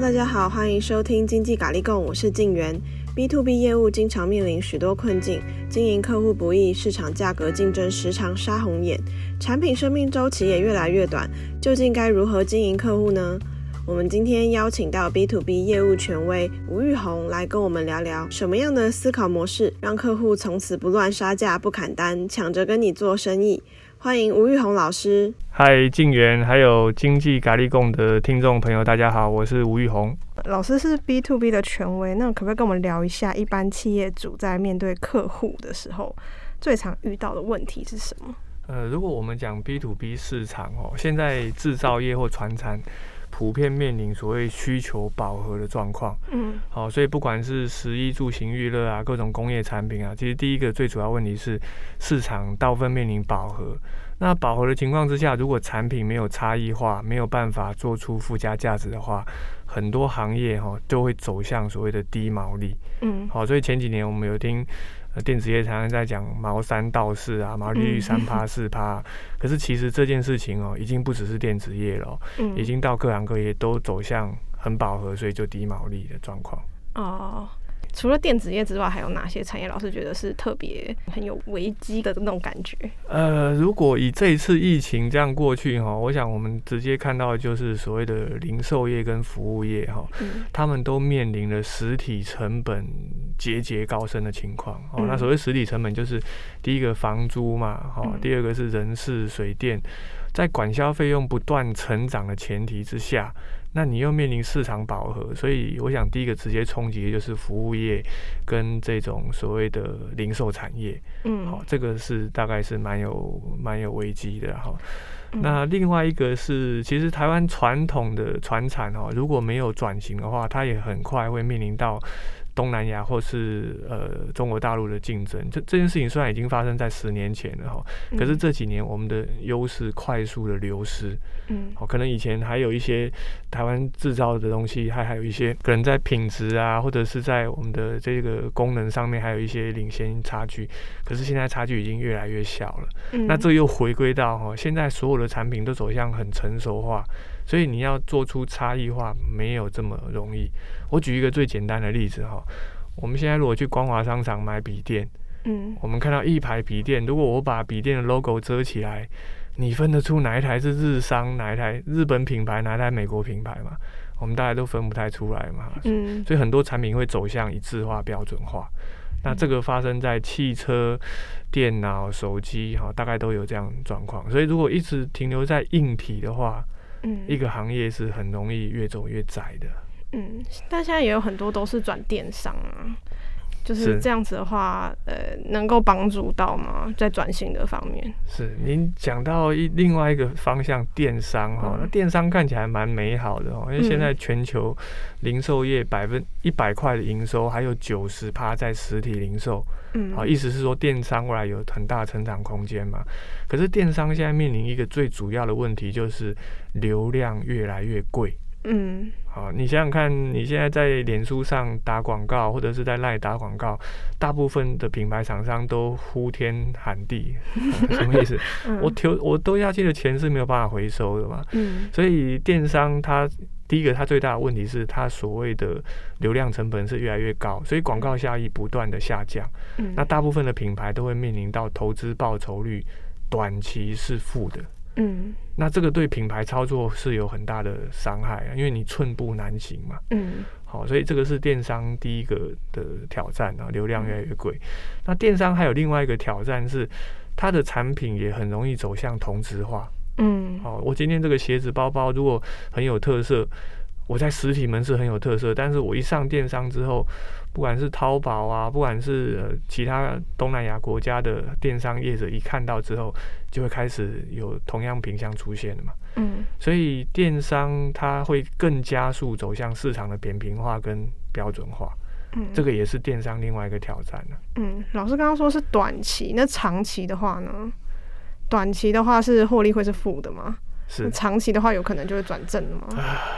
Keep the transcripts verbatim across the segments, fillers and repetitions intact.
大家好，欢迎收听经济咖喱贡，我是静媛。B to B 业务经常面临许多困境，经营客户不易，市场价格竞争时常杀红眼，产品生命周期也越来越短，究竟该如何经营客户呢？我们今天邀请到 B to B 业务权威吴玉宏来跟我们聊聊，什么样的思考模式让客户从此不乱杀价、不砍单，抢着跟你做生意。欢迎吴玉宏老师。 嗨，静媛，还有经济咖喱贡的听众朋友，大家好，我是吴玉宏。 老师是 B to B 的权威，那可不可以跟我们聊一下，一般企业主在面对客户的时候，最常遇到的问题是什么？ 呃，如果我们讲 B to B 市场哦，现在制造业或传产普遍面临所谓需求饱和的状况，嗯，好、哦，所以不管是食衣住行娱乐啊，各种工业产品啊，其实第一个最主要问题是市场大部分面临饱和。那饱和的情况之下，如果产品没有差异化，没有办法做出附加价值的话，很多行业哈、哦、都会走向所谓的低毛利，嗯，好、哦，所以前几年我们有听。呃，电子业常常在讲毛三到四啊，毛利率三趴四趴，可是其实这件事情哦，已经不只是电子业了、哦嗯，已经到各行各业都走向很饱和，所以就低毛利的状况。 哦，除了电子业之外，还有哪些产业老师觉得是特别很有危机的那种感觉？ 呃，如果以这一次疫情这样过去哈，我想我们直接看到的就是所谓的零售业跟服务业哈、嗯，他们都面临了实体成本节节高升的情况。哦、嗯，那所谓实体成本就是第一个房租嘛，哈、嗯，第二个是人事、水电，在管销费用不断成长的前提之下。那你又面临市场饱和，所以我想第一个直接冲击的就是服务业跟这种所谓的零售产业，嗯，好、哦，这个是大概是蛮有蛮有危机的哈、哦嗯。那另外一个是，其实台湾传统的传产哈、哦，如果没有转型的话，它也很快会面临到东南亚或是呃中国大陆的竞争。这这件事情虽然已经发生在十年前了哈，可是这几年我们的优势快速的流失。嗯，好，可能以前还有一些台湾制造的东西，还还有一些可能在品质啊，或者是在我们的这个功能上面还有一些领先差距。可是现在差距已经越来越小了。嗯，那这又回归到哈，现在所有的产品都走向很成熟化，所以你要做出差异化没有这么容易。我举一个最简单的例子哈，我们现在如果去光华商场买笔电，嗯，我们看到一排笔电，如果我把笔电的 logo 遮起来，你分得出哪一台是日商，哪一台日本品牌，哪一台美国品牌吗？我们大家都分不太出来嘛。嗯，所以很多产品会走向一致化、标准化。那这个发生在汽车、电脑、手机，哈，大概都有这样的状况。所以如果一直停留在硬体的话，嗯，一个行业是很容易越走越窄的。 嗯，但现在也有很多都是转电商啊。就是这样子的话，呃，能够帮助到吗？在转型的方面， 是您讲到一另外一个方向，电商哈、嗯，那电商看起来蛮美好的哦，因为现在全球零售业百分一百块的营收，还有九十趴在实体零售，嗯，好，意思是说电商未来有很大的成长空间嘛。可是电商现在面临一个最主要的问题，就是流量越来越贵。嗯，好，你想想看，你现在在脸书上打广告，或者是在 LINE 打广告，大部分的品牌厂商都呼天喊地，什么意思？嗯、我丢我丢下去的钱是没有办法回收的嘛。嗯，所以电商它第一个它最大的问题是它所谓的流量成本是越来越高，所以广告效益不断的下降。嗯，那大部分的品牌都会面临到投资报酬率短期是负的。嗯，那这个对品牌操作是有很大的伤害啊，因为你寸步难行嘛。嗯，好，所以这个是电商第一个的挑战啊，流量越来越贵。那电商还有另外一个挑战是，它的产品也很容易走向同质化。嗯，好，我今天这个鞋子包包如果很有特色，我在实体门市很有特色，但是我一上电商之后，不管是淘宝啊，不管是、呃、其他东南亚国家的电商业者一看到之后，就会开始有同样品项出现了嘛。嗯，所以电商它会更加速走向市场的扁平化跟标准化。嗯，这个也是电商另外一个挑战了。 嗯，老师刚刚说是短期，那长期的话呢？短期的话是获利会是负的吗？ 是。 长期的话有可能就会转正了吗？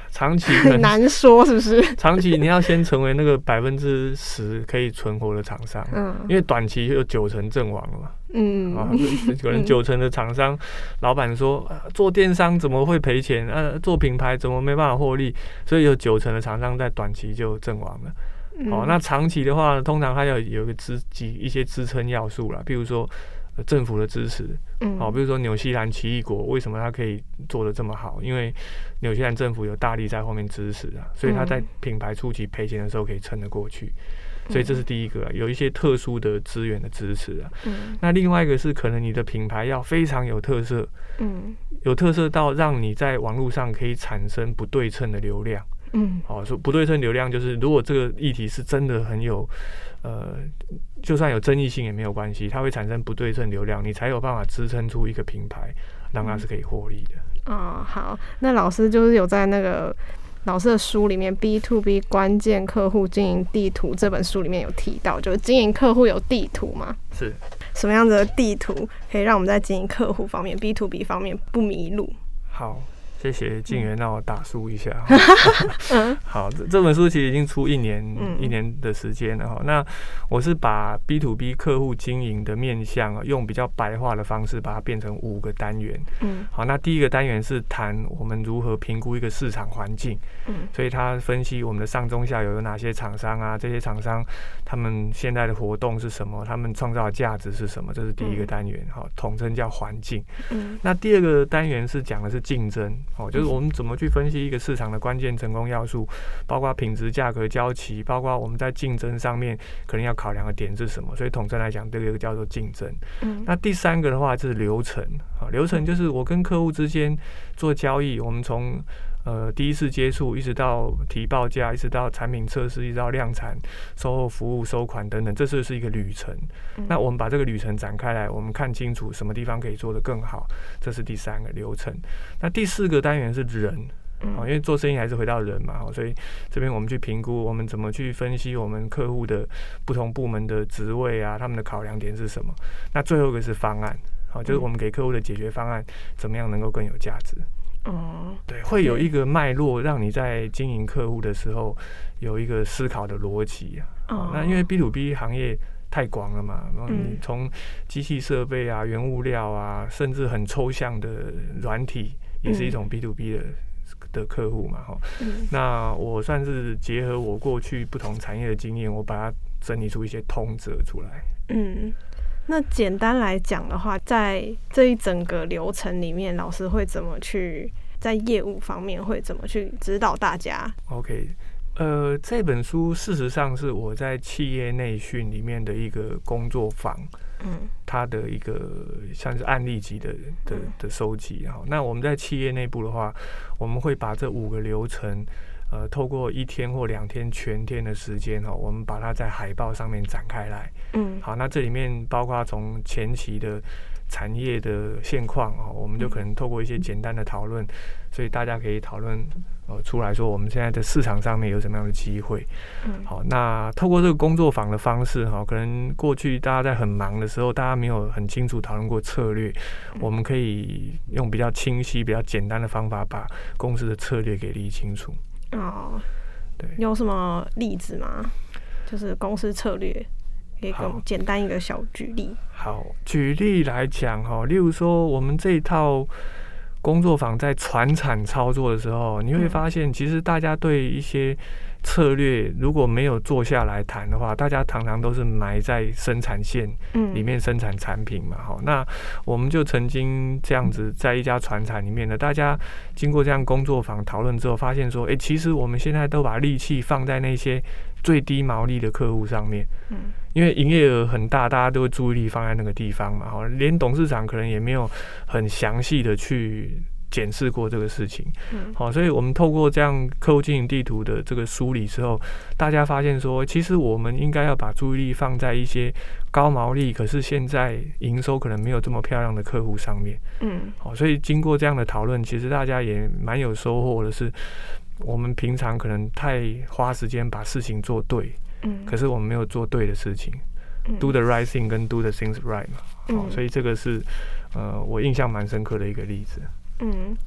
长期很难说是不是？ 长期你要先成为那个百分之十可以存活的厂商，嗯，因为短期有九成阵亡了嘛，嗯，啊，可能九成的厂商，老板说、啊、做电商怎么会赔钱？呃、啊，做品牌怎么没办法获利？所以有九成的厂商在短期就阵亡了。嗯、哦，那长期的话，通常它要有一个支一些支撑要素啦，比如说。政府的支持，嗯，好，比如说纽西兰奇异果为什么它可以做得这么好？因为纽西兰政府有大力在后面支持啊，所以它在品牌初期赔钱的时候可以撑得过去，所以这是第一个、啊，有一些特殊的资源的支持啊。嗯，那另外一个是可能你的品牌要非常有特色，嗯，有特色到让你在网络上可以产生不对称的流量。嗯，好，说不对称流量就是如果这个议题是真的很有。呃，就算有争议性也没有关系，它会产生不对称流量，你才有办法支撑出一个品牌，让它是可以获利的。 哦，好，那老师就是有在那个老师的书里面《B to B 关键客户经营地图》这本书里面有提到，就是经营客户有地图吗？ 是。 什么样子的地图可以让我们在经营客户方面 B to B 方面不迷路？ 好。谢谢静媛让我打书一下。好，这这本书其实已经出一年、嗯、一年的时间了哈。那我是把 B to B 客户经营的面向用比较白话的方式把它变成五个单元。嗯，好，那第一个单元是谈我们如何评估一个市场环境。嗯，所以他分析我们的上中下游有哪些厂商啊，这些厂商他们现在的活动是什么，他们创造的价值是什么，这是第一个单元。好，统称叫环境。嗯，那第二个单元是讲的是竞争。哦，就是我们怎么去分析一个市场的关键成功要素，包括品质、价格、交期，包括我们在竞争上面可能要考量的点是什么。所以统称来讲，这个叫做竞争。嗯，那第三个的话是流程。啊，流程就是我跟客户之间做交易，我们从呃第一次接触，一直到提报价，一直到产品测试，一直到量产、售后服务、收款等等，这就是一个旅程。嗯、那我们把这个旅程展开来，我们看清楚什么地方可以做得更好，这是第三个流程。那第四个单元是人，因为做生意还是回到人嘛，所以这边我们去评估，我们怎么去分析我们客户的不同部门的职位啊，他们的考量点是什么。那最后一个是方案，就是我们给客户的解决方案怎么样能够更有价值。哦，对，会有一个脉络，让你在经营客户的时候有一个思考的逻辑啊。哦，那因为 B to B 行业太广了嘛，然后你从机器设备啊、原物料啊，甚至很抽象的软体，也是一种 B to B 的的客户嘛。哈，嗯，那我算是结合我过去不同产业的经验，我把它整理出一些通则出来。嗯。 那简单来讲的话，在这一整个流程里面，老师会怎么去在业务方面会怎么去指导大家 ？OK， 呃，这本书事实上是我在企业内训里面的一个工作坊，嗯，它的一个像是案例级的的的收集。然后，那我们在企业内部的话，我们会把这五个流程。呃，透过一天或两天全天的时间哈，我们把它在海报上面展开来。嗯，好，那这里面包括从前期的产业的现况哦，我们就可能透过一些简单的讨论，所以大家可以讨论呃出来说我们现在的市场上面有什么样的机会。嗯，好，那透过这个工作坊的方式哈，可能过去大家在很忙的时候，大家没有很清楚讨论过策略，我们可以用比较清晰、比较简单的方法，把公司的策略给理清楚。哦，对， 有什么例子吗？就是公司策略，可以给我们简单一个小举例。 好，举例来讲哈，例如说我们这一套工作坊在传产操作的时候，你会发现，其实大家对一些策略如果没有坐下来谈的话，大家常常都是埋在生产线里面生产产品嘛。好，那我们就曾经这样子在一家传产里面呢，大家经过这样工作坊讨论之后，发现说，哎、欸，其实我们现在都把力气放在那些最低毛利的客户上面。嗯，因为营业额很大，大家都会注意力放在那个地方嘛。好，连董事长可能也没有很详细的去检视过这个事情。嗯，好，所以我们透过这样客户经营地图的这个梳理之后，大家发现说，其实我们应该要把注意力放在一些高毛利，可是现在营收可能没有这么漂亮的客户上面。嗯，好，所以经过这样的讨论，其实大家也蛮有收获的是，我们平常可能太花时间把事情做对，嗯，可是我们没有做对的事情。嗯、do the right thing 跟 do the things right 嘛。好，嗯，所以这个是呃我印象蛮深刻的一个例子。 嗯，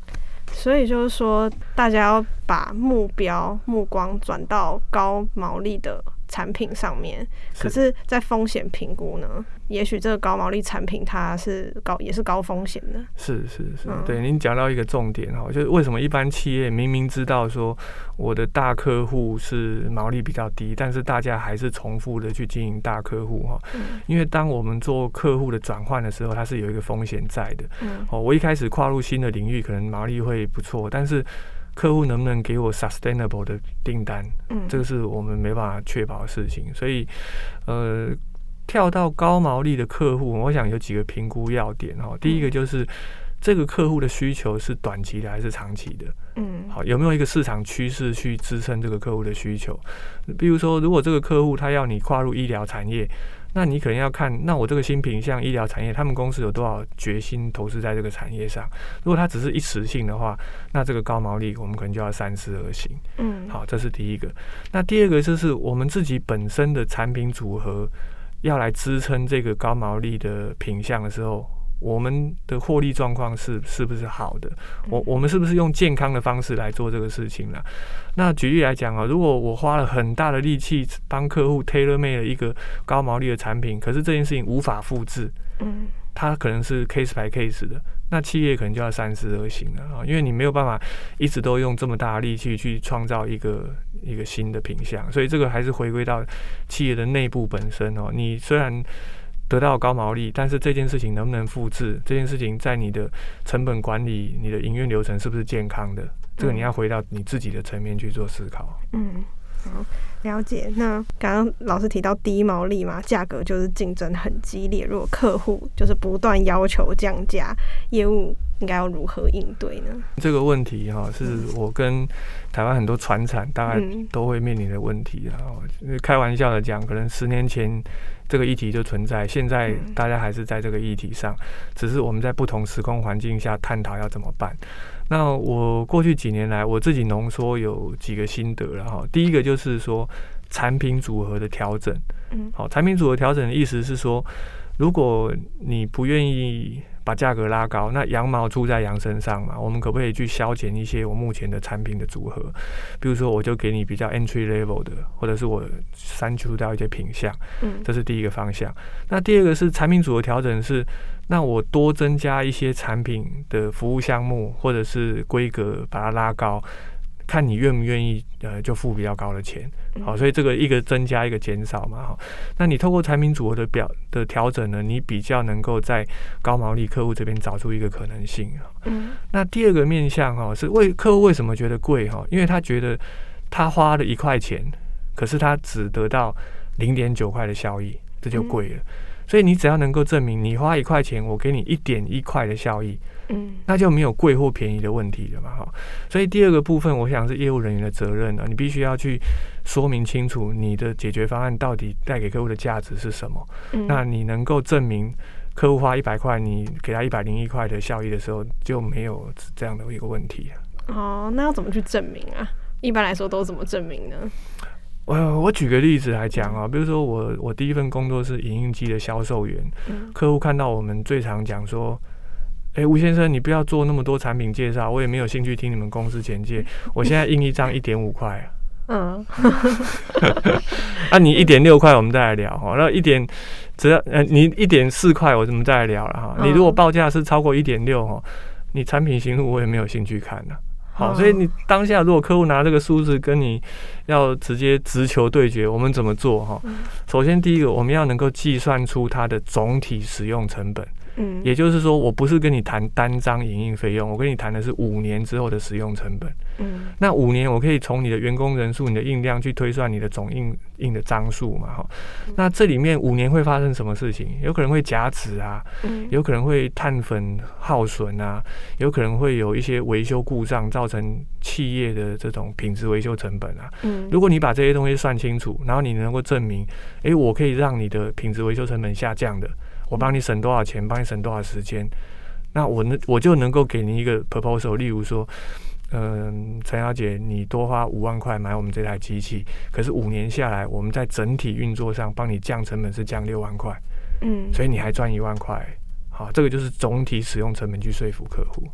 所以就是说，大家要把目标目光转到高毛利的产品上面，可是在风险评估呢，也许这个高毛利产品它是高也是高风险的。 是是是，嗯、对，您讲到一个重点哈，就是为什么一般企业明明知道说我的大客户是毛利比较低，但是大家还是重复的去经营大客户哈、嗯，因为当我们做客户的转换的时候，它是有一个风险在的。嗯，哦，我一开始跨入新的领域，可能毛利会不错，但是客户能不能给我 sustainable 的订单，嗯，这个是我们没办法确保的事情。所以，呃，跳到高毛利的客户，我想有几个评估要点哈。第一个就是这个客户的需求是短期的还是长期的？嗯，好，有没有一个市场趋势去支撑这个客户的需求？比如说，如果这个客户他要你跨入医疗产业，那你可能要看，那我这个新品像医疗产业，他们公司有多少决心投资在这个产业上？如果它只是一时性的话，那这个高毛利我们可能就要三思而行。嗯，好，这是第一个。那第二个就是我们自己本身的产品组合要来支撑这个高毛利的品项的时候，我们的获利状况是是不是好的？我我们是不是用健康的方式来做这个事情啦？那举例来讲啊，如果我花了很大的力气帮客户 tailor made 了一个高毛利的产品，可是这件事情无法复制，嗯，它可能是 case by case 的，那企业可能就要三思而行了啊，因为你没有办法一直都用这么大的力气去创造一个一个新的品项，所以这个还是回归到企业的内部本身哦。你虽然得到高毛利，但是这件事情能不能复制？这件事情在你的成本管理、你的营运流程是不是健康的？这个你要回到你自己的层面去做思考。嗯， 好，了解。那刚刚老师提到低毛利嘛，价格就是竞争很激烈。如果客户就是不断要求降价，业务应该要如何应对呢？ 这个问题哈，是我跟台湾很多传产大概都会面临的问题啊。嗯、开玩笑的讲，可能十年前这个议题就存在，现在大家还是在这个议题上，只是我们在不同时空环境下探讨要怎么办。那我过去几年来，我自己浓缩有几个心得了哈。第一个就是说产品组合的调整，嗯，好，产品组合调整的意思是说，如果你不愿意把价格拉高，那羊毛出在羊身上嘛，我们可不可以去削减一些我目前的产品的组合？比如说，我就给你比较 entry level 的，或者是我删除掉一些品项，嗯，这是第一个方向。那第二个是产品组合调整是，那我多增加一些产品的服务项目或者是规格，把它拉高。看你愿不愿意，呃，就付比较高的钱，好，所以这个一个增加，一个减少嘛，好，那你透过产品组合的表的调整呢，你比较能够在高毛利客户这边找出一个可能性。嗯，那第二个面向哈，是为客户为什么觉得贵哈？因为他觉得他花了一块钱，可是他只得到零点九块的效益，这就贵了。所以你只要能够证明你花一块钱，我给你一点一块的效益，嗯，那就没有贵或便宜的问题了嘛，哈。所以第二个部分，我想是业务人员的责任啊，你必须要去说明清楚你的解决方案到底带给客户的价值是什么。嗯，那你能够证明客户花一百块，你给他一百零一块的效益的时候，就没有这样的一个问题。 哦，那要怎么去证明啊？一般来说都怎么证明呢？ 我我举个例子来讲啊，比如说我我第一份工作是影印机的销售员，嗯，客户看到我们最常讲说，哎、欸，吴先生，你不要做那么多产品介绍，我也没有兴趣听你们公司简介，我现在印一张一点五块，嗯，啊，你一点六块我们再来聊哈，那一点只要呃你一点四块我们再来聊了哈，你如果报价是超过一点六哈，你产品型录我也没有兴趣看的。好，所以你当下如果客户拿这个数字跟你要直接直球对决，我们怎么做哈？首先第一个，我们要能够计算出它的总体使用成本。嗯，也就是说，我不是跟你谈单张影印费用，我跟你谈的是五年之后的使用成本。嗯，那五年我可以从你的员工人数、你的印量去推算你的总印印的张数嘛，哈。那这里面五年会发生什么事情？有可能会甲子啊，有可能会碳粉耗损啊，有可能会有一些维修故障造成企业的这种品质维修成本啊。嗯，如果你把这些东西算清楚，然后你能够证明，哎、欸，我可以让你的品质维修成本下降的。我帮你省多少钱，帮你省多少时间，那我呢，我就能够给你一个 proposal， 例如说，嗯，陈小姐，你多花五万块买我们这台机器，可是五年下来，我们在整体运作上帮你降成本是降六万块，嗯，所以你还赚一万块，好，这个就是总体使用成本去说服客户。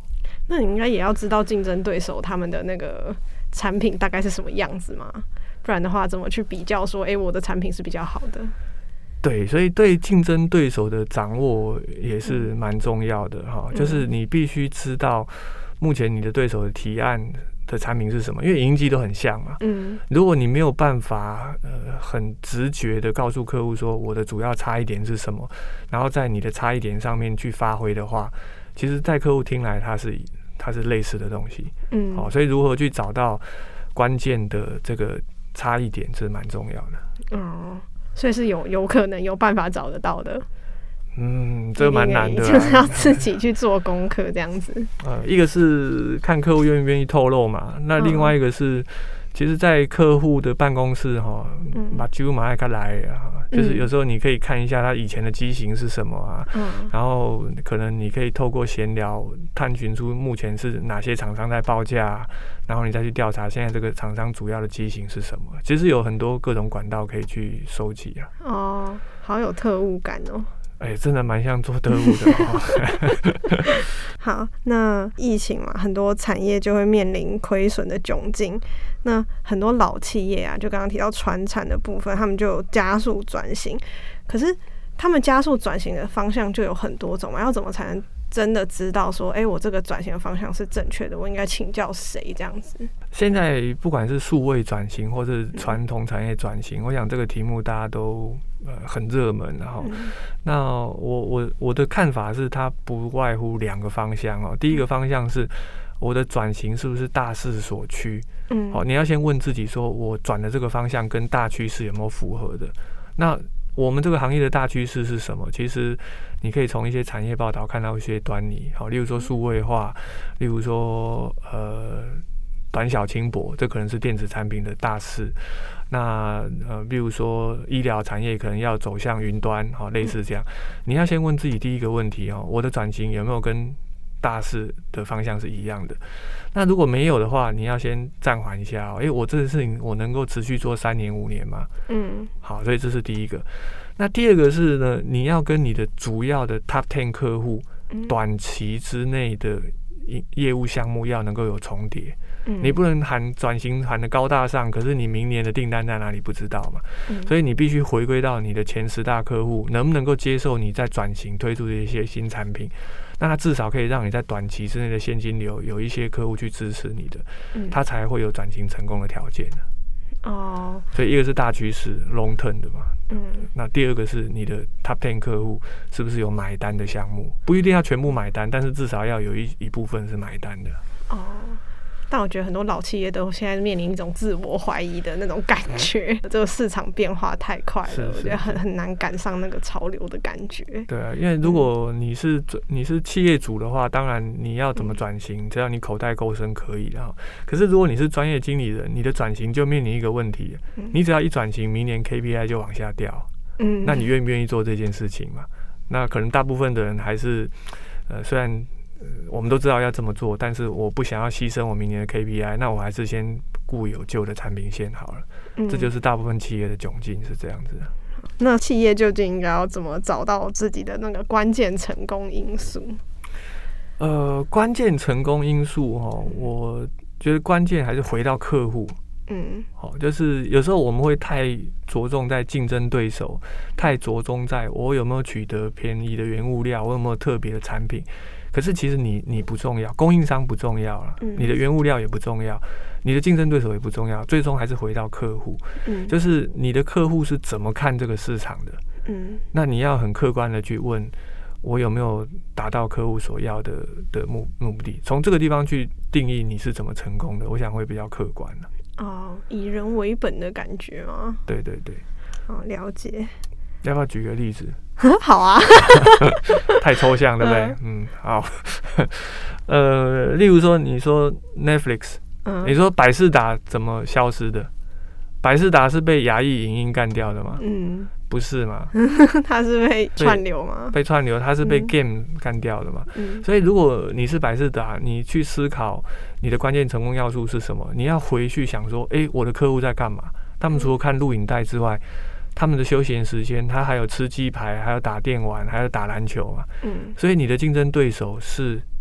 那你应该也要知道竞争对手他们的那个产品大概是什么样子嘛？不然的话，怎么去比较说，哎、欸，我的产品是比较好的？ 对，所以对竞争对手的掌握也是蛮重要的哈、嗯，就是你必须知道目前你的对手的提案的产品是什么，因为影音机都很像嘛。嗯，如果你没有办法呃很直觉的告诉客户说我的主要差异点是什么，然后在你的差异点上面去发挥的话，其实在客户听来它是它是类似的东西。嗯，好，所以如何去找到关键的这个差异点是蛮重要的。 哦。所以是有有可能有办法找得到的。 嗯，这个蛮难的、啊， 就是要自己去做功课这样子。 呃，一个是看客户愿不愿意透露嘛，那另外一个是，嗯、其实，在客户的办公室哈，把酒马上来啊，就是有时候你可以看一下他以前的机型是什么啊，嗯、然后可能你可以透过闲聊探寻出目前是哪些厂商在报价，然后你再去调查现在这个厂商主要的机型是什么。其实有很多各种管道可以去收集啊。 哦，好有特务感哦。 哎、欸，真的蛮像做特务的、哦。 好，那疫情嘛，很多产业就会面临亏损的窘境。那很多老企业啊，就刚刚提到传产的部分，他们就有加速转型。可是他们加速转型的方向就有很多种嘛，要怎么才能真的知道说，哎、欸，我这个转型的方向是正确的，我应该请教谁这样子？ 现在不管是数位转型或是传统产业转型、嗯，我想这个题目大家都呃很热门，然后、嗯，那我我我的看法是，它不外乎两个方向哦。第一个方向是我的转型是不是大势所趋？嗯，好，你要先问自己说，我转的这个方向跟大趋势有没有符合的？那我们这个行业的大趋势是什么？其实你可以从一些产业报道看到一些端倪，好，例如说数位化，例如说呃短小轻薄，这可能是电子产品的大势。那呃，例如说医疗产业可能要走向云端，好，类似这样。你要先问自己第一个问题哦，我的转型有没有跟大势的方向是一样的？那如果没有的话，你要先暂缓一下哦。哎、欸，我这个事情我能够持续做三年五年吗？嗯，好，所以这是第一个。那第二个是呢，你要跟你的主要的 top ten 客户短期之内的业务项目要能够有重叠。嗯、你不能喊转型喊得高大上，可是你明年的订单在哪里不知道嘛？嗯、所以你必须回归到你的前十大客户能不能够接受你在转型推出的一些新产品，那它至少可以让你在短期之内的现金流有一些客户去支持你的，嗯、它才会有转型成功的条件。哦，所以一个是大趋势 long term 的嘛，嗯，那第二个是你的 top ten 客户是不是有买单的项目，不一定要全部买单，但是至少要有一一部分是买单的。哦。 但我觉得很多老企业都现在面临一种自我怀疑的那种感觉，这个市场变化太快了，是是是，我觉得很很难赶上那个潮流的感觉。 对啊，因为如果你是你是企业主的话，当然你要怎么转型，只要你口袋够深可以的。可是如果你是专业经理人，你的转型就面临一个问题，你只要一转型，明年 K P I 就往下掉。嗯，那你愿不愿意做这件事情嘛？那可能大部分的人还是，呃，虽然。我们都知道要这么做，但是我不想要牺牲我明年的 K P I， 那我还是先固有旧的产品线好了。嗯、这就是大部分企业的窘境是这样子的。 那企业究竟应该要怎么找到自己的那个关键成功因素？ 呃，关键成功因素哈，我觉得关键还是回到客户。嗯，好，就是有时候我们会太着重在竞争对手，太着重在我有没有取得便宜的原物料，我有没有特别的产品。可是其实你你不重要，供应商不重要了，嗯、你的原物料也不重要，你的竞争对手也不重要，最终还是回到客户。嗯，就是你的客户是怎么看这个市场的？嗯，那你要很客观的去问，我有没有达到客户所要的的目目的？从这个地方去定义你是怎么成功的，我想会比较客观了。 哦，以人为本的感觉吗？ 对对对。 哦，了解。 要不要举个例子？ 好啊。 太抽象，对不对？嗯，好。呃，例如说，你说 Netflix，、嗯、你说百视达怎么消失的？百视达是被亚裔影音干掉的吗？嗯，不是嘛？ 它是被串流吗？ 被串流，它是被 game 干掉的嘛？嗯，所以如果你是百视达，你去思考你的关键成功要素是什么？你要回去想说，哎、欸，我的客户在干嘛？他们除了看录影带之外，他们的休闲时间，他还有吃鸡排，还有打电玩，还有打篮球嘛。嗯，所以你的竞争对手是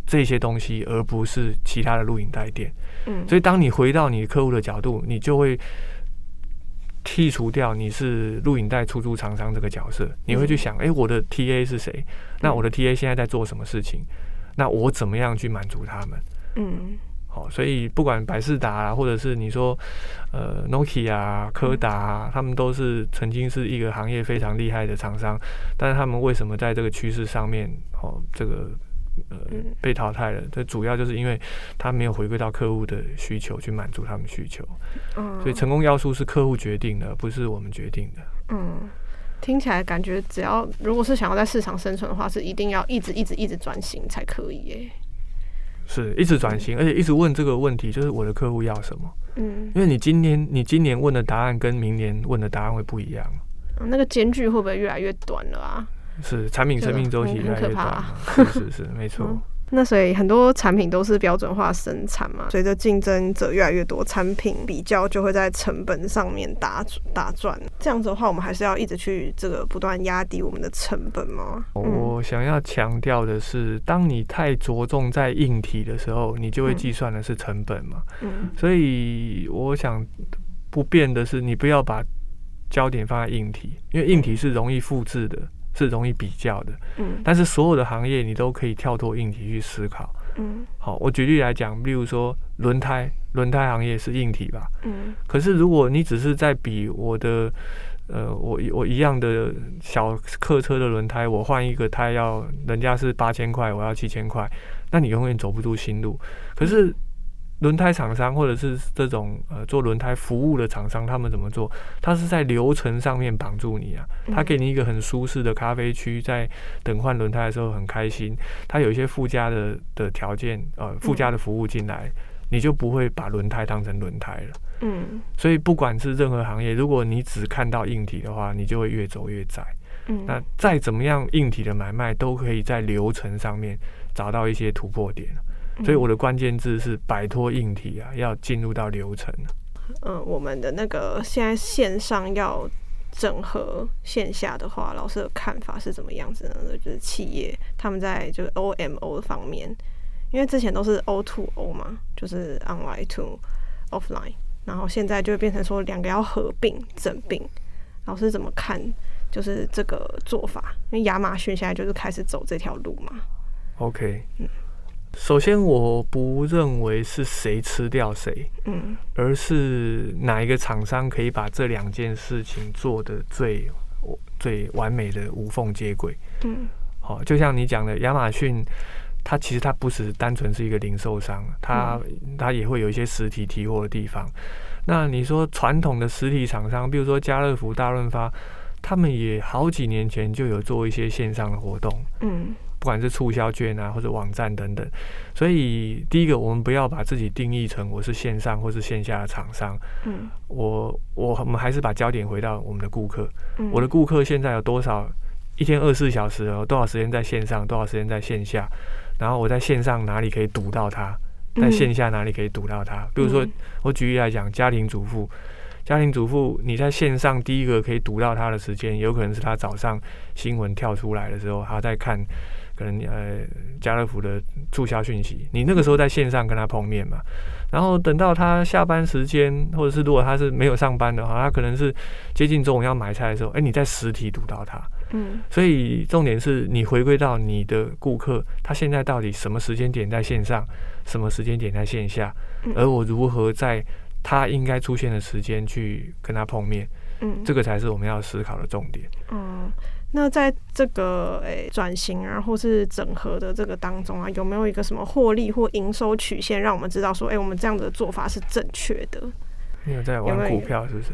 这些东西，而不是其他的录影带店。 嗯， 所以当你回到你客户的角度，你就会剔除掉你是录影带出租厂商这个角色，你会去想，哎、欸，我的 T A 是谁？那我的 T A 现在在做什么事情？那我怎么样去满足他们？嗯，好，所以不管百视达啊，或者是你说呃 Nokia 啊、柯达啊，他们都是曾经是一个行业非常厉害的厂商，但是他们为什么在这个趋势上面，哦，这个呃被淘汰了？这主要就是因为他没有回归到客户的需求去满足他们需求。嗯，所以成功要素是客户决定的，不是我们决定的。 嗯。听起来感觉只要如果是想要在市场生存的话，是一定要一直一直一直转型才可以耶。 是一直转型，而且一直问这个问题，就是我的客户要什么？嗯，因为你今年你今年问的答案跟明年问的答案会不一样。 嗯、那个间距会不会越来越短了啊？ 是，产品生命周期越来越短、啊。是是是，没错。嗯， 那所以很多产品都是标准化生产嘛，随着竞争者越来越多，产品比较就会在成本上面打打转。这样子的话，我们还是要一直去这个不断压低我们的成本吗？ 嗯、我想要强调的是，当你太着重在硬体的时候，你就会计算的是成本嘛。嗯，所以我想不变的是，你不要把焦点放在硬体，因为硬体是容易复制的。是容易比较的，嗯，但是所有的行业你都可以跳脱硬体去思考，嗯，好，我举例来讲，例如说轮胎，轮胎行业是硬体吧，嗯，可是如果你只是在比我的，呃，我我一样的小客车的轮胎，我换一个胎要人家是八千块，我要七千块，那你永远走不出新路。可是轮胎厂商或者是这种呃做轮胎服务的厂商，他们怎么做？他是在流程上面绑住你啊，他给你一个很舒适的咖啡区，在等换轮胎的时候很开心。他有一些附加的的条件，呃，附加的服务进来，你就不会把轮胎当成轮胎了。嗯，所以不管是任何行业，如果你只看到硬体的话，你就会越走越窄。嗯，那再怎么样硬体的买卖，都可以在流程上面找到一些突破点。所以我的关键字是摆脱硬体啊，要进入到流程。 嗯，我们的那个现在线上要整合线下的话，老师的看法是怎么样子呢？就是企业他们在就是 O M O 的方面，因为之前都是 O to O 嘛，就是 online to offline， 然后现在就会变成说两个要合并整并。老师怎么看？就是这个做法，因为亚马逊现在就是开始走这条路嘛。 OK， 嗯。首先，我不认为是谁吃掉谁，嗯，而是哪一个厂商可以把这两件事情做得最最完美的无缝接轨，嗯，好，就像你讲的，亚马逊，它其实它不是单纯是一个零售商，它它也会有一些实体提货的地方。那你说传统的实体厂商，比如说家乐福、大润发，他们也好几年前就有做一些线上的活动，嗯。不管是促销券啊，或者网站等等，所以第一个，我们不要把自己定义成我是线上或是线下的厂商。嗯，我我我们还是把焦点回到我们的顾客。嗯，我的顾客现在有多少一天二十四小时，有多少时间在线上，多少时间在线下？然后我在线上哪里可以堵到他，在线下哪里可以堵到他？比如说，我举例来讲，家庭主妇。家庭主妇，你在线上第一个可以堵到他的时间，有可能是他早上新闻跳出来的时候，他在看可能呃家乐福的促销讯息，你那个时候在线上跟他碰面嘛。然后等到他下班时间，或者是如果他是没有上班的话，他可能是接近中午要买菜的时候，哎，你在实体堵到他。嗯，所以重点是你回归到你的顾客，他现在到底什么时间点在线上，什么时间点在线下，而我如何在他应该出现的时间去跟他碰面，嗯，这个才是我们要思考的重点。 嗯，那在这个诶转型啊，或是整合的这个当中啊，有没有一个什么获利或营收曲线，让我们知道说，哎、欸，我们这样的做法是正确的？ 你有在玩股票是不是？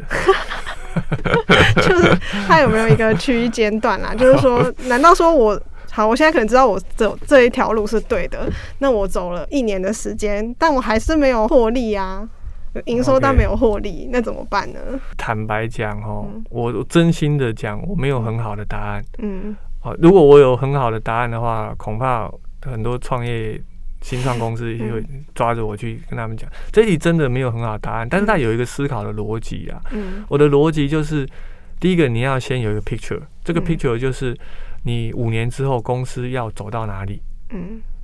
就是它有没有一个区间段啦？就是说，难道说我好，我现在可能知道我走这一条路是对的，那我走了一年的时间，但我还是没有获利啊？营收但没有获利， okay. 那怎么办呢？ 坦白讲哦、嗯，我真心的讲，我没有很好的答案。嗯，如果我有很好的答案的话，恐怕很多创业新创公司也会抓着我去跟他们讲，这题真的没有很好的答案，但是它有一个思考的逻辑啊。嗯，我的逻辑就是，第一个你要先有一个 picture， 这个 picture 就是你五年之后公司要走到哪里。嗯。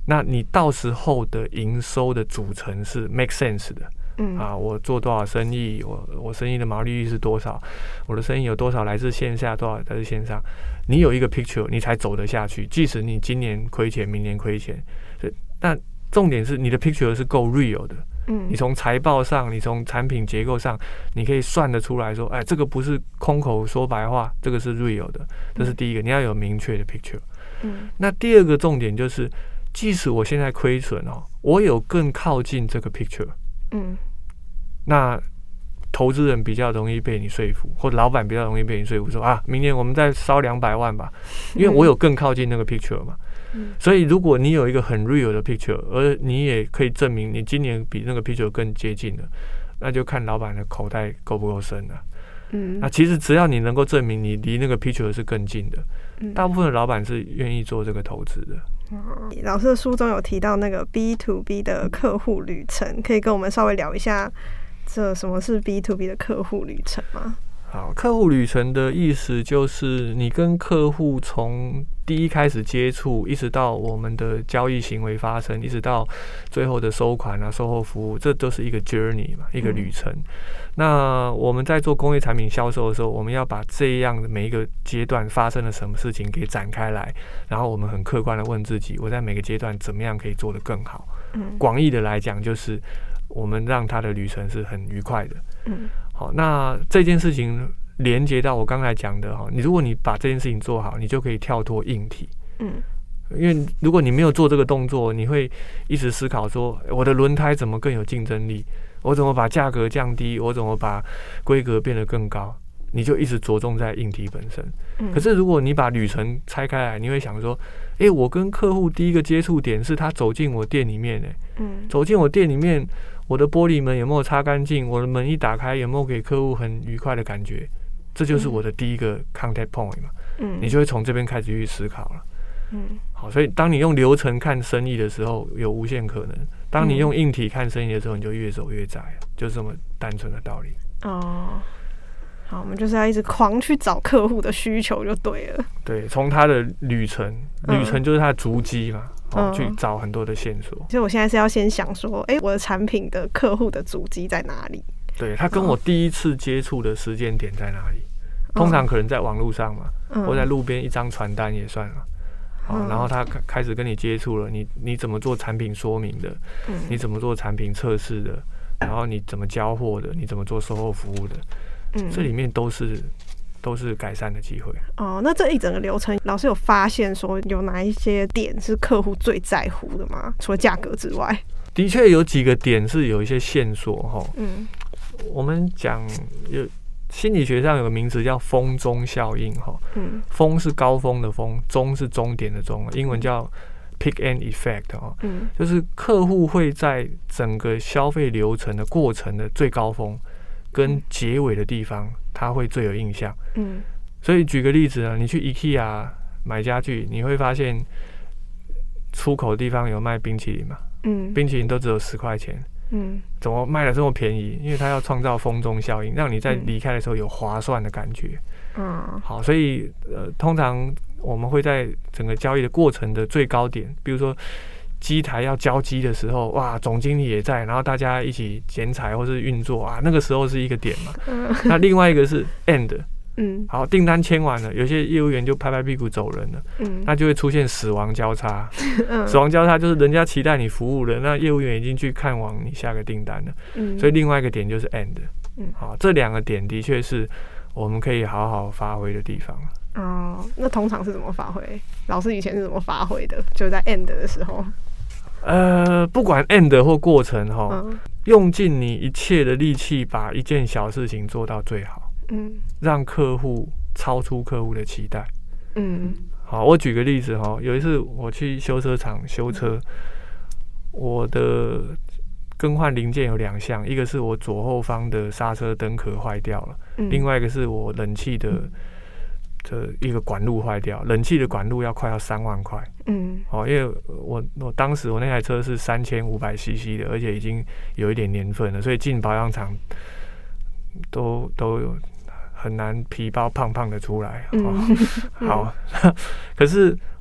那你到时候的营收的组成是 make sense 的。嗯啊，我做多少生意，我我生意的毛利率是多少，我的生意有多少来自线下，多少来自线上，你有一个 picture， 你才走得下去。即使你今年亏钱，明年亏钱，但重点是你的 picture 是够 real 的。嗯，你从财报上，你从产品结构上，你可以算得出来说，哎，这个不是空口说白话，这个是 real 的。这是第一个，你要有明确的 picture。嗯，那第二个重点就是，即使我现在亏损哦，我有更靠近这个 picture。嗯，那投资人比较容易被你说服，或者老板比较容易被你说服，说啊，明年我们再烧两百万吧，因为我有更靠近那个 picture 嘛。嗯、所以如果你有一个很 real 的 picture， 而你也可以证明你今年比那个 picture 更接近了，那就看老板的口袋够不够深了。嗯，那其实只要你能够证明你离那个 picture 是更近的，嗯、大部分的老板是愿意做这个投资的。 老师的书中有提到那个 B to B 的客户旅程，可以跟我们稍微聊一下这什么是 B to B 的客户旅程吗？ 好，客户旅程的意思就是你跟客户从第一开始接触，一直到我们的交易行为发生，一直到最后的收款啊、售后服务，这都是一个 journey 嘛，一个旅程。嗯、那我们在做工业产品销售的时候，我们要把这样的每一个阶段发生了什么事情给展开来，然后我们很客观的问自己，我在每个阶段怎么样可以做得更好。嗯，广义的来讲，就是我们让他的旅程是很愉快的。嗯。好，那这件事情连接到我刚才讲的哈，你如果你把这件事情做好，你就可以跳脱硬体。嗯，因为如果你没有做这个动作，你会一直思考说，我的轮胎怎么更有竞争力？我怎么把价格降低？我怎么把规格变得更高？你就一直着重在硬体本身。嗯、可是如果你把旅程拆开来，你会想说，哎、欸，我跟客户第一个接触点是他走进我店里面、欸，嗯，走进我店里面。我的玻璃门有没有擦干净？我的门一打开有没有给客户很愉快的感觉？这就是我的第一个 contact point 嘛。嗯，你就会从这边开始去思考了。嗯，好，所以当你用流程看生意的时候，有无限可能；当你用硬体看生意的时候，你就越走越窄，就这么单纯的道理。 哦，好，我们就是要一直狂去找客户的需求就对了。 对，从他的旅程，旅程就是他的足迹嘛。哦、去找很多的线索。 所以我现在是要先想说，哎、欸，我的产品的客户的足迹在哪里？ 对，他跟我第一次接触的时间点在哪里？哦、通常可能在网络上嘛，嗯、或在路边一张传单也算了。好、嗯，然后他开始跟你接触了，你你怎么做产品说明的？嗯、你怎么做产品测试的？然后你怎么交货的？你怎么做售后服务的？嗯，这里面都是。都是改善的机会哦。那这一整个流程，老师有发现说有哪一些点是客户最在乎的吗？除了价格之外， 的确有几个点是有一些线索哈。嗯，我们讲有心理学上有个名词叫峰终效应哈。嗯，峰是高峰的峰，终是终点的终，英文叫 peak end effect 哈。嗯，就是客户会在整个消费流程的过程的最高峰跟结尾的地方。他会最有印象，嗯，所以举个例子呢，你去 IKEA 买家具，你会发现出口的地方有卖冰淇淋嘛，嗯，冰淇淋都只有十块钱，嗯，怎么卖的这么便宜？因为他要创造峰终效应，让你在离开的时候有划算的感觉，嗯，好，所以呃，通常我们会在整个交易的过程的最高点，比如说。机台要交机的时候，哇，总经理也在，然后大家一起剪彩或是运作啊，那个时候是一个点嘛。嗯、那另外一个是 end， 嗯，好，订单签完了，有些业务员就拍拍屁股走人了，嗯，那就会出现死亡交叉。嗯、死亡交叉就是人家期待你服务了，那业务员已经去看往你下个订单了，嗯，所以另外一个点就是 end， 嗯，好，这两个点的确是我们可以好好发挥的地方。 哦，那通常是怎么发挥？老师以前是怎么发挥的？就在 end 的时候。 呃，不管 end 或过程哈，嗯、用尽你一切的力气，把一件小事情做到最好，嗯，让客户超出客户的期待，嗯，好，我举个例子哈，有一次我去修车厂修车，嗯、我的更换零件有两项，一个是我左后方的刹车灯壳坏掉了，嗯、另外一个是我冷气的。嗯这一个管路坏掉，冷气的管路要快要三万块。嗯，哦，因为我我当时我那台车是三千五百 C C 的，而且已经有一点年份了，所以进保养厂都都有很难皮包胖胖的出来。哦、嗯，好，可是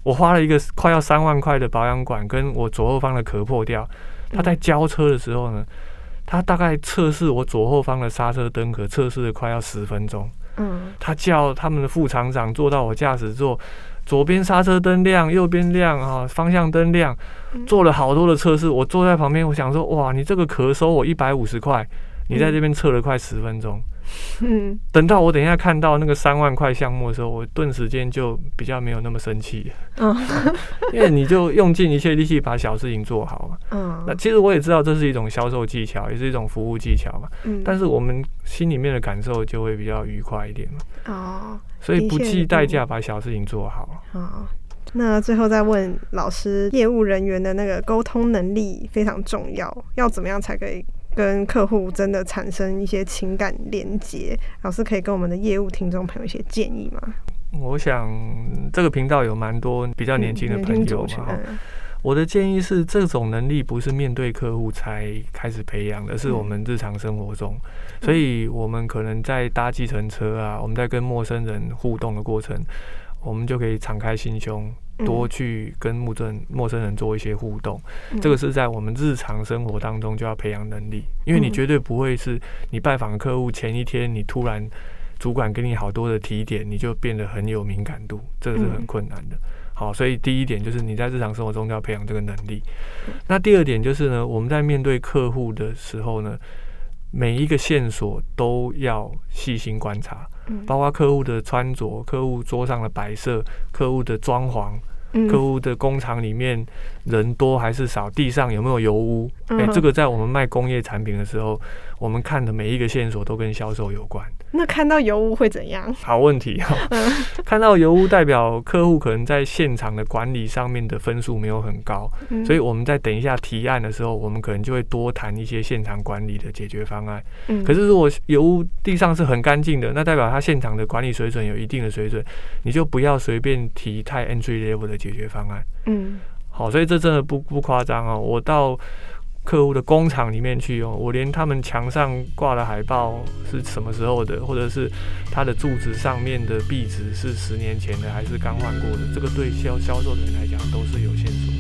我花了一个快要三万块的保养管，跟我左后方的壳破掉，他在交车的时候呢，他大概测试我左后方的刹车灯壳，测试了快要十分钟。嗯，他叫他们的副厂长坐到我驾驶座，左边刹车灯亮，右边亮啊，方向灯亮，做了好多的测试。我坐在旁边，我想说，哇，你这个壳收我一百五十块，你在这边测了快十分钟。嗯，等到我等一下看到那个三万块项目的时候，我顿时间就比较没有那么生气。嗯，因为你就用尽一切力气把小事情做好嘛。嗯，那其实我也知道这是一种销售技巧，也是一种服务技巧嘛。嗯，但是我们心里面的感受就会比较愉快一点嘛。哦，所以不计代价把小事情做好。 好，那最后再问老师，业务人员的那个沟通能力非常重要，要怎么样才可以跟客户真的产生一些情感连结？老师可以跟我们的业务听众朋友一些建议吗？ 我想这个频道有蛮多比较年轻的朋友嘛、嗯、我的建议是，这种能力不是面对客户才开始培养的，是我们日常生活中、嗯、所以我们可能在搭计程车啊，我们在跟陌生人互动的过程，我们就可以敞开心胸，多去跟陌生人做一些互动、嗯、这个是在我们日常生活当中就要培养能力，因为你绝对不会是你拜访客户前一天你突然主管给你好多的提点，你就变得很有敏感度，这个是很困难的。好，所以第一点就是你在日常生活中要培养这个能力。那第二点就是呢，我们在面对客户的时候呢，每一个线索都要细心观察，包括客户的穿着、客户桌上的摆设、客户的装潢、客户的工厂里面人多还是少，地上有没有油污。哎、欸，这个在我们卖工业产品的时候，我们看的每一个线索都跟销售有关。 那看到油污会怎样？ 好问题哈、哦。看到油污代表客户可能在现场的管理上面的分数没有很高，嗯、所以我们在等一下提案的时候，我们可能就会多谈一些现场管理的解决方案。嗯、可是如果油污地上是很干净的，那代表他现场的管理水准有一定的水准，你就不要随便提太 entry level 的解决方案。嗯，好，所以这真的不不夸张哦。我到客户的工厂里面去哦，我连他们墙上挂的海报是什么时候的，或者是他的柱子上面的壁纸是十年前的还是刚换过的，这个对销销售的人来讲都是有线索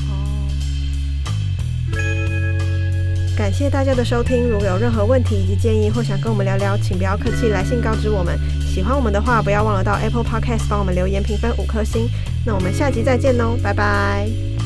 的。哦，感谢大家的收听，如果有任何问题以及建议，或想跟我们聊聊，请不要客气，来信告知我们。喜欢我们的话，不要忘了到 Apple Podcast 帮我们留言评分五颗星。那我们下集再见喽，拜拜。